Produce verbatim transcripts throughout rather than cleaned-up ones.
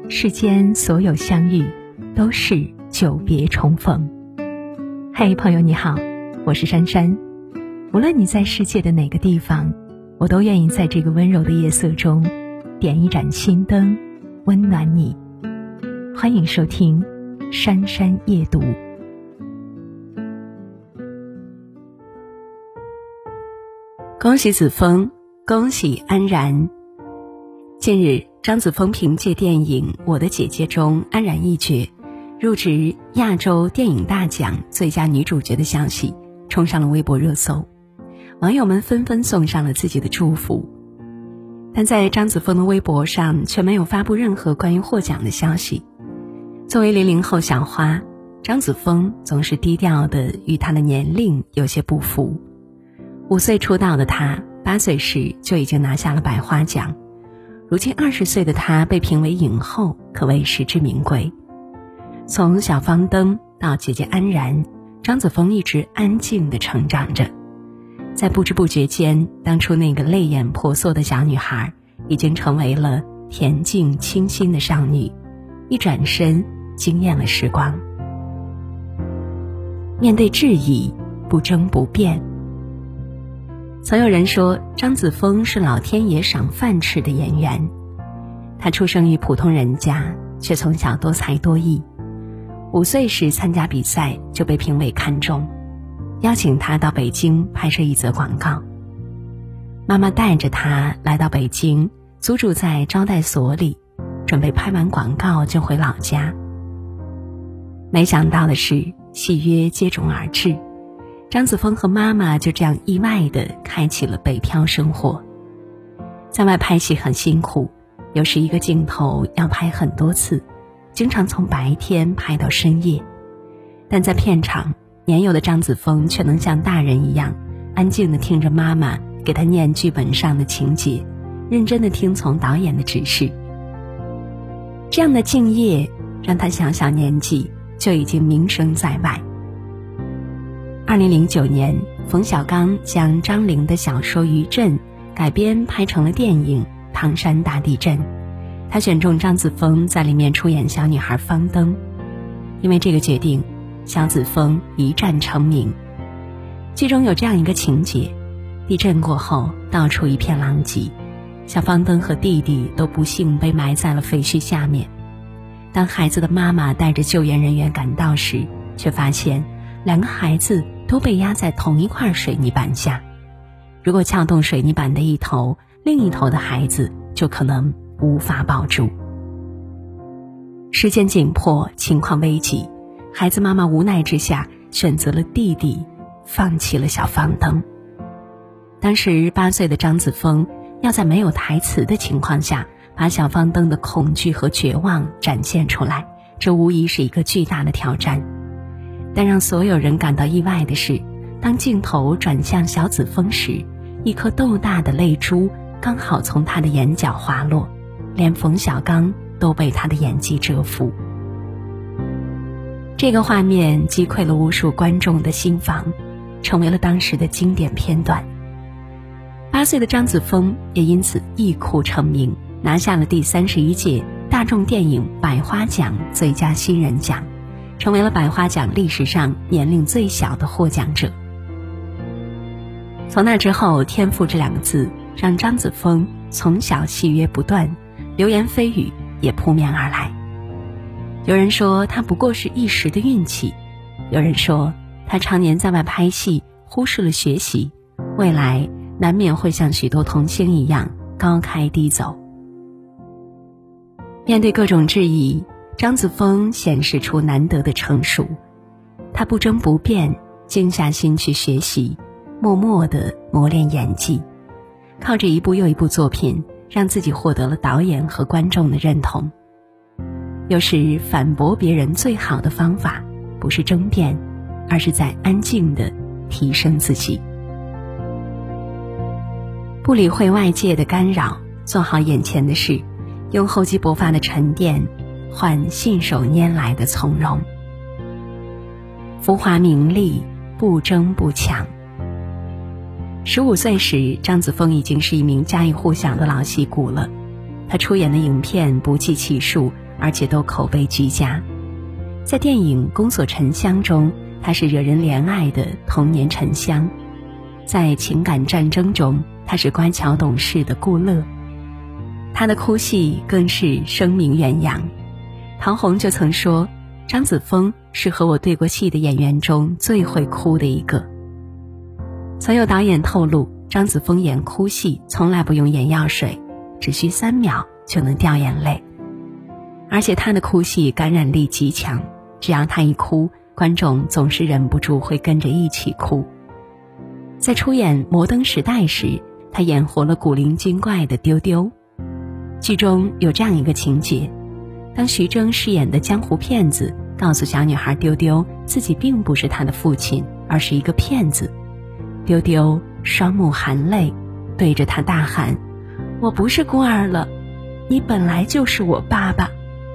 世间所有相遇，都是久别重逢。嘿，朋友你好，我是珊珊。无论你在世界的哪个地方，我都愿意在这个温柔的夜色中，点一盏心灯，温暖你。欢迎收听珊珊夜读。 恭喜子枫，恭喜安然。近日，张子枫凭借电影《我的姐姐》中安然一角入职亚洲电影大奖最佳女主角的消息冲上了微博热搜，网友们纷纷送上了自己的祝福。但在张子枫的微博上却没有发布任何关于获奖的消息。作为零零后小花，张子枫总是低调的与她的年龄有些不符。五岁出道的她，八岁时就已经拿下了百花奖，如今二十岁的她被评为影后，可谓实至名归。从小方灯到姐姐安然，张子枫一直安静地成长着。在不知不觉间，当初那个泪眼婆娑的小女孩，已经成为了恬静清新的少女，一转身惊艳了时光。面对质疑，不争不辩。曾有人说，张子枫是老天爷赏饭吃的演员。她出生于普通人家，却从小多才多艺。五岁时参加比赛就被评委看中，邀请她到北京拍摄一则广告。妈妈带着她来到北京，租住在招待所里，准备拍完广告就回老家。没想到的是，戏约接踵而至，张子枫和妈妈就这样意外地开启了北漂生活。在外拍戏很辛苦，有时一个镜头要拍很多次，经常从白天拍到深夜。但在片场，年幼的张子枫却能像大人一样，安静地听着妈妈给她念剧本上的情节，认真地听从导演的指示。这样的敬业让她小小年纪就已经名声在外。二零零九年，冯小刚将张玲的小说《余震》改编拍成了电影《唐山大地震》，他选中张子枫在里面出演小女孩方灯。因为这个决定，小子枫一战成名。剧中有这样一个情节，地震过后到处一片狼藉，小方灯和弟弟都不幸被埋在了废墟下面。当孩子的妈妈带着救援人员赶到时，却发现两个孩子都被压在同一块水泥板下。如果撬动水泥板的一头，另一头的孩子就可能无法保住。时间紧迫，情况危急，孩子妈妈无奈之下选择了弟弟，放弃了小方灯。当时八岁的张子枫要在没有台词的情况下，把小方灯的恐惧和绝望展现出来，这无疑是一个巨大的挑战。但让所有人感到意外的是，当镜头转向小子枫时，一颗豆大的泪珠刚好从他的眼角滑落，连冯小刚都被他的演技折服。这个画面击溃了无数观众的心房，成为了当时的经典片段。八岁的张子枫也因此一哭成名，拿下了第三十一届大众电影百花奖最佳新人奖，成为了百花奖历史上年龄最小的获奖者。从那之后，天赋这两个字让张子枫从小戏约不断，流言蜚语也扑面而来。有人说他不过是一时的运气，有人说他常年在外拍戏，忽视了学习，未来难免会像许多童星一样高开低走。面对各种质疑，张子枫显示出难得的成熟。他不争不辩，静下心去学习，默默地磨练演技，靠着一部又一部作品，让自己获得了导演和观众的认同。有时反驳别人最好的方法，不是争辩，而是在安静地提升自己。不理会外界的干扰，做好眼前的事，用厚积薄发的沉淀换信手拈来的从容。浮华名利，不争不抢。十五岁时，张子枫已经是一名家喻户晓的老戏骨了。他出演的影片不计其数， 而且都口碑俱佳。在电影《宫锁沉香》中，她是惹人怜爱的童年沉香；在情感战争中，她是乖巧懂事的顾乐。她的哭戏更是声名远扬。陶虹就曾说，张子枫是和我对过戏的演员中最会哭的一个。曾有导演透露，张子枫演哭戏从来不用眼药水，只需三秒就能掉眼泪。而且他的哭戏感染力极强，只要他一哭，观众总是忍不住会跟着一起哭。在出演《摩登时代》时，他演活了古灵精怪的丢丢。剧中有这样一个情节，当徐峥饰演的江湖骗子告诉小女孩丢丢自己并不是她的父亲，而是一个骗子，丢丢双目含泪，对着他大喊：我不是孤儿了，你本来就是我爸爸。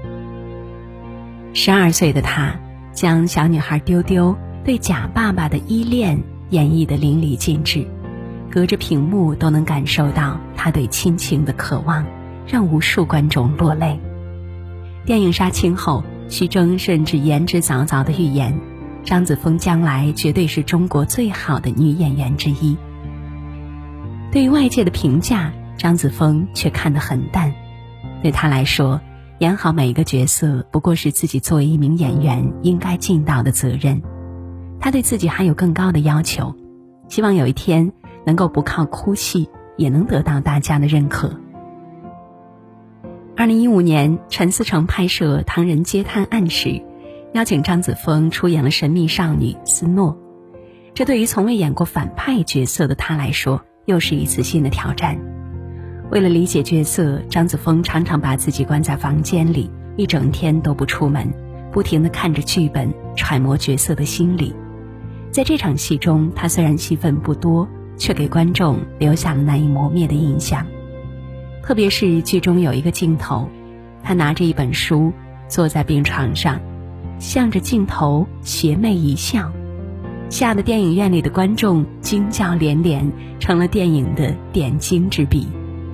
十二岁的他将小女孩丢丢对假爸爸的依恋演绎得淋漓尽致，隔着屏幕都能感受到他对亲情的渴望，让无数观众落泪。电影杀青后，徐峥甚至言之凿凿地预言，张子枫将来绝对是中国最好的女演员之一。对于外界的评价，张子枫却看得很淡。对他来说，演好每一个角色不过是自己作为一名演员应该尽到的责任。他对自己还有更高的要求，希望有一天能够不靠哭戏也能得到大家的认可。二零一五年，陈思诚拍摄《唐人街探案》时，邀请张子枫出演了神秘少女斯诺。这对于从未演过反派角色的他来说，又是一次新的挑战。为了理解角色，张子枫常常把自己关在房间里，一整天都不出门，不停地看着剧本，揣摩角色的心理。在这场戏中，他虽然戏份不多，却给观众留下了难以磨灭的印象。特别是剧中有一个镜头，他拿着一本书，坐在病床上，向着镜头邪魅一笑，吓得电影院里的观众惊叫连连，成了电影的点睛之笔。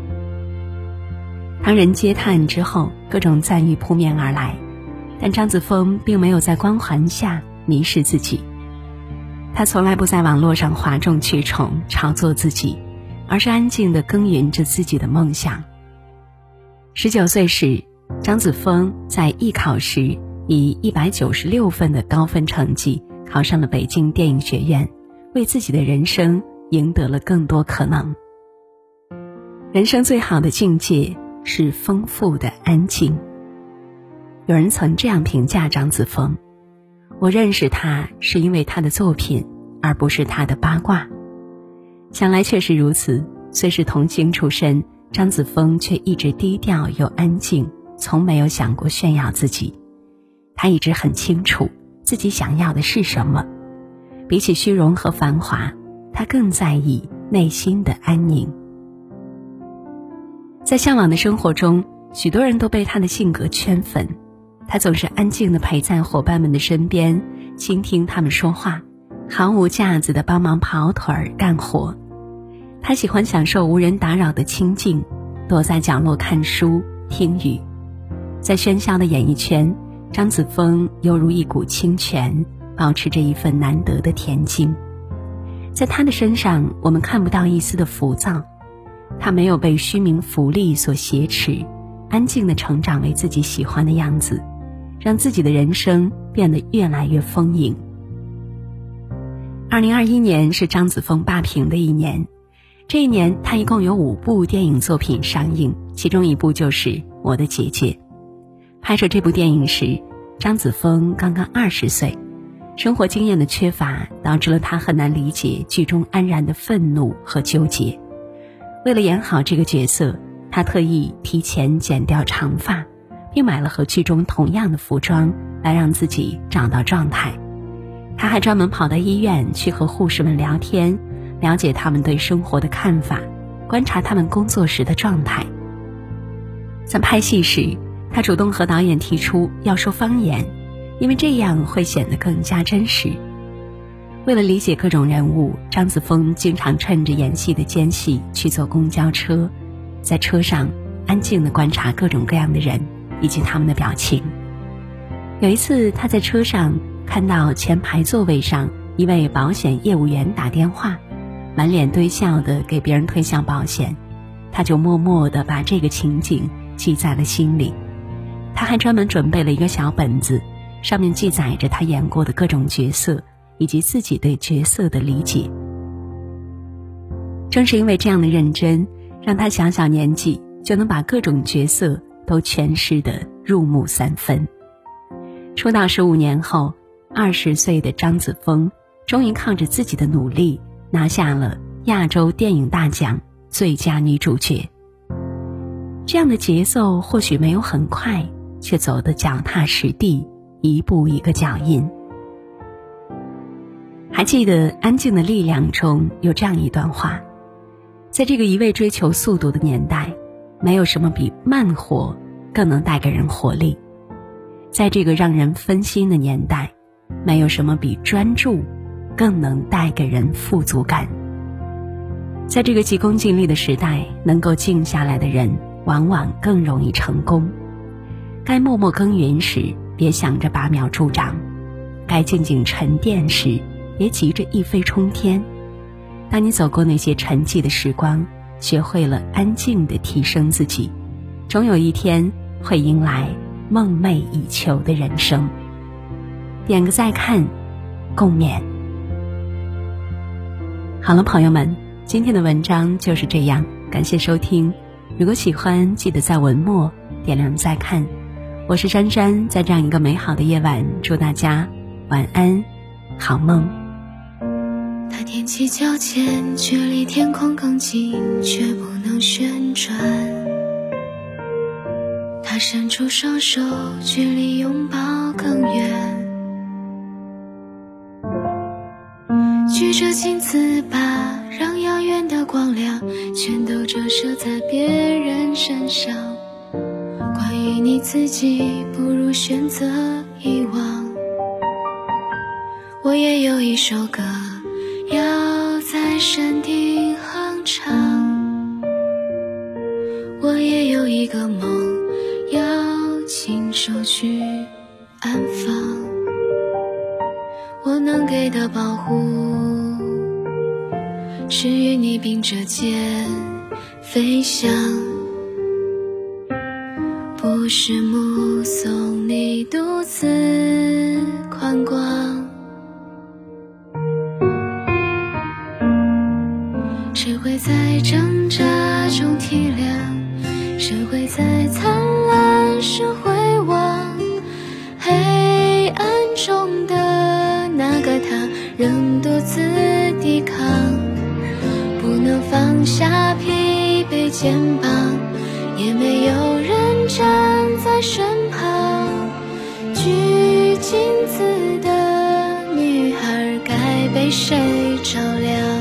唐人街探案之后，各种赞誉扑面而来，但张子枫并没有在光环下迷失自己。他从来不在网络上哗众取宠炒作自己，而是安静地耕耘着自己的梦想。十九岁时，张子枫在艺考时以一百九十六分的高分成绩考上了北京电影学院，为自己的人生赢得了更多可能。人生最好的境界是丰富的安静。有人曾这样评价张子枫：我认识他是因为他的作品，而不是他的八卦。想来确实如此，虽是童星出身，张子枫却一直低调又安静，从没有想过炫耀自己。他一直很清楚自己想要的是什么，比起虚荣和繁华，他更在意内心的安宁。在向往的生活中，许多人都被他的性格圈粉。他总是安静地陪在伙伴们的身边，倾听他们说话，毫无架子地帮忙跑腿儿干活。他喜欢享受无人打扰的清静，躲在角落看书听雨。在喧嚣的演艺圈，张子枫犹如一股清泉，保持着一份难得的恬静。在他的身上，我们看不到一丝的浮躁，他没有被虚名浮利所挟持，安静地成长为自己喜欢的样子，让自己的人生变得越来越丰盈。二零二一年是张子枫霸屏的一年，这一年他一共有五部电影作品上映，其中一部就是《我的姐姐》。拍摄这部电影时，张子枫刚刚二十岁，生活经验的缺乏导致了他很难理解剧中安然的愤怒和纠结。为了演好这个角色，他特意提前剪掉长发，并买了和剧中同样的服装来让自己找到状态。他还专门跑到医院去和护士们聊天，了解他们对生活的看法，观察他们工作时的状态。在拍戏时，他主动和导演提出要说方言，因为这样会显得更加真实。为了理解各种人物，张子枫经常趁着演戏的间隙去坐公交车，在车上安静地观察各种各样的人， 以及他们的表情。有一次他在车上看到前排座位上一位保险业务员打电话，满脸堆笑地给别人推销保险，他就默默地把这个情景记在了心里。他还专门准备了一个小本子，上面记载着他演过的各种角色以及自己对角色的理解。正是因为这样的认真，让他小小年纪就能把各种角色都诠释得入木三分。出道十五年后，二十岁的张子枫终于靠着自己的努力拿下了亚洲电影大奖最佳女主角。这样的节奏或许没有很快，却走得脚踏实地，一步一个脚印。还记得《安静的力量》中有这样一段话，在这个一味追求速度的年代，没有什么比慢活更能带给人活力。在这个让人分心的年代，没有什么比专注更能带给人富足感。在这个急功近利的时代，能够静下来的人往往更容易成功。该默默耕耘时，别想着拔苗助长；该静静沉淀时，别急着一飞冲天。当你走过那些沉寂的时光，学会了安静地提升自己，终有一天会迎来梦寐以求的人生。点个再看，共勉。好了，朋友们，今天的文章就是这样，感谢收听。如果喜欢，记得在文末点亮再看。我是珊珊，在这样一个美好的夜晚，祝大家晚安，好梦。 他踮起脚尖，距离天空更近，却不能旋转。他伸出双手，距离拥抱更远。举着镜子吧，让遥远的光亮全都折射在别人身上。关于你自己，不如选择遗忘。我也有一首歌要在山顶哼唱，我也有一个梦要亲手去安放。我能给的保护，是与你并着肩飞翔，不是目送你独自宽广。谁会在挣扎中体谅？谁会在灿烂时回望？黑暗中的那个他，仍独自抵抗，不能放下疲惫肩膀，也没有人站在身旁。举镜子的女孩，该被谁照亮？